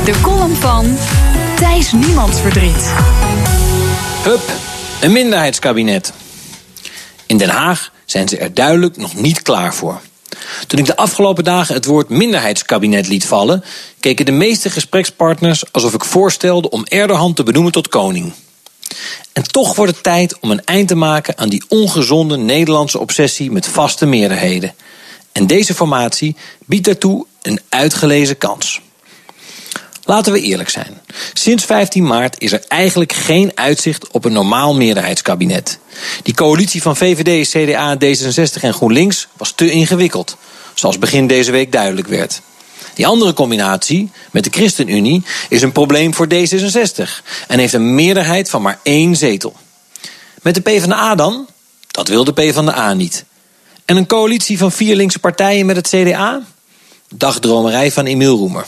De column van Thijs Niemandsverdriet. Hup, een minderheidskabinet. In Den Haag zijn ze er duidelijk nog niet klaar voor. Toen ik de afgelopen dagen het woord minderheidskabinet liet vallen, keken de meeste gesprekspartners alsof ik voorstelde om Erdogan te benoemen tot koning. En toch wordt het tijd om een eind te maken aan die ongezonde Nederlandse obsessie met vaste meerderheden. En deze formatie biedt daartoe een uitgelezen kans. Laten we eerlijk zijn. Sinds 15 maart is er eigenlijk geen uitzicht op een normaal meerderheidskabinet. Die coalitie van VVD, CDA, D66 en GroenLinks was te ingewikkeld, zoals begin deze week duidelijk werd. Die andere combinatie, met de ChristenUnie, is een probleem voor D66 en heeft een meerderheid van maar 1 zetel. Met de PvdA dan? Dat wil de PvdA niet. En een coalitie van 4 linkse partijen met het CDA? Dagdromerij van Emiel Roemer.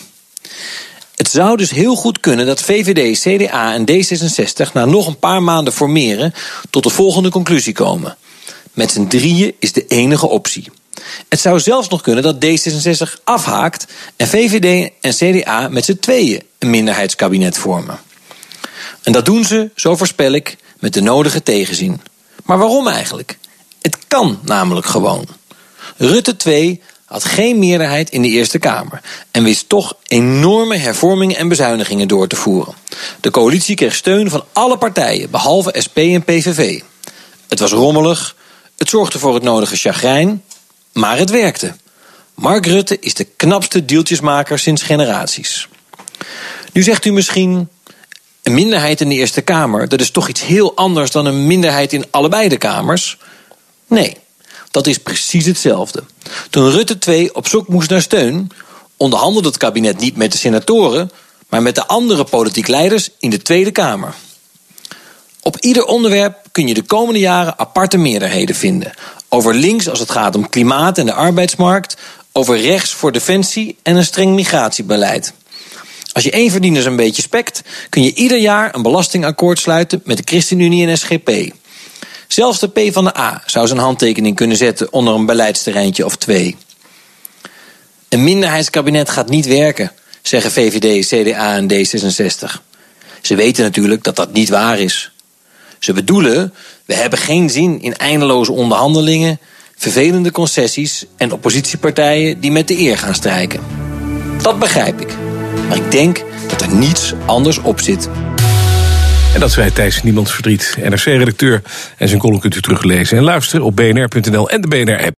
Het zou dus heel goed kunnen dat VVD, CDA en D66 na nog een paar maanden formeren tot de volgende conclusie komen. Met z'n drieën is de enige optie. Het zou zelfs nog kunnen dat D66 afhaakt en VVD en CDA met z'n tweeën een minderheidskabinet vormen. En dat doen ze, zo voorspel ik, met de nodige tegenzin. Maar waarom eigenlijk? Het kan namelijk gewoon. Rutte 2 had geen meerderheid in de Eerste Kamer en wist toch enorme hervormingen en bezuinigingen door te voeren. De coalitie kreeg steun van alle partijen, behalve SP en PVV. Het was rommelig, het zorgde voor het nodige chagrijn, maar het werkte. Mark Rutte is de knapste deeltjesmaker sinds generaties. Nu zegt u misschien, een minderheid in de Eerste Kamer, dat is toch iets heel anders dan een minderheid in allebei de kamers? Nee. Dat is precies hetzelfde. Toen Rutte 2 op zoek moest naar steun, onderhandelde het kabinet niet met de senatoren, maar met de andere politiek leiders in de Tweede Kamer. Op ieder onderwerp kun je de komende jaren aparte meerderheden vinden. Over links als het gaat om klimaat en de arbeidsmarkt, over rechts voor defensie en een streng migratiebeleid. Als je eenverdieners een beetje spekt, kun je ieder jaar een belastingakkoord sluiten met de ChristenUnie en SGP. Zelfs de PvdA zou zijn handtekening kunnen zetten onder een beleidsterreintje of 2. Een minderheidskabinet gaat niet werken, zeggen VVD, CDA en D66. Ze weten natuurlijk dat dat niet waar is. Ze bedoelen, we hebben geen zin in eindeloze onderhandelingen, vervelende concessies en oppositiepartijen die met de eer gaan strijken. Dat begrijp ik. Maar ik denk dat er niets anders op zit. En dat zei Thijs Niemandsverdriet, NRC-redacteur. En zijn column kunt u teruglezen en luisteren op bnr.nl en de BNR-app.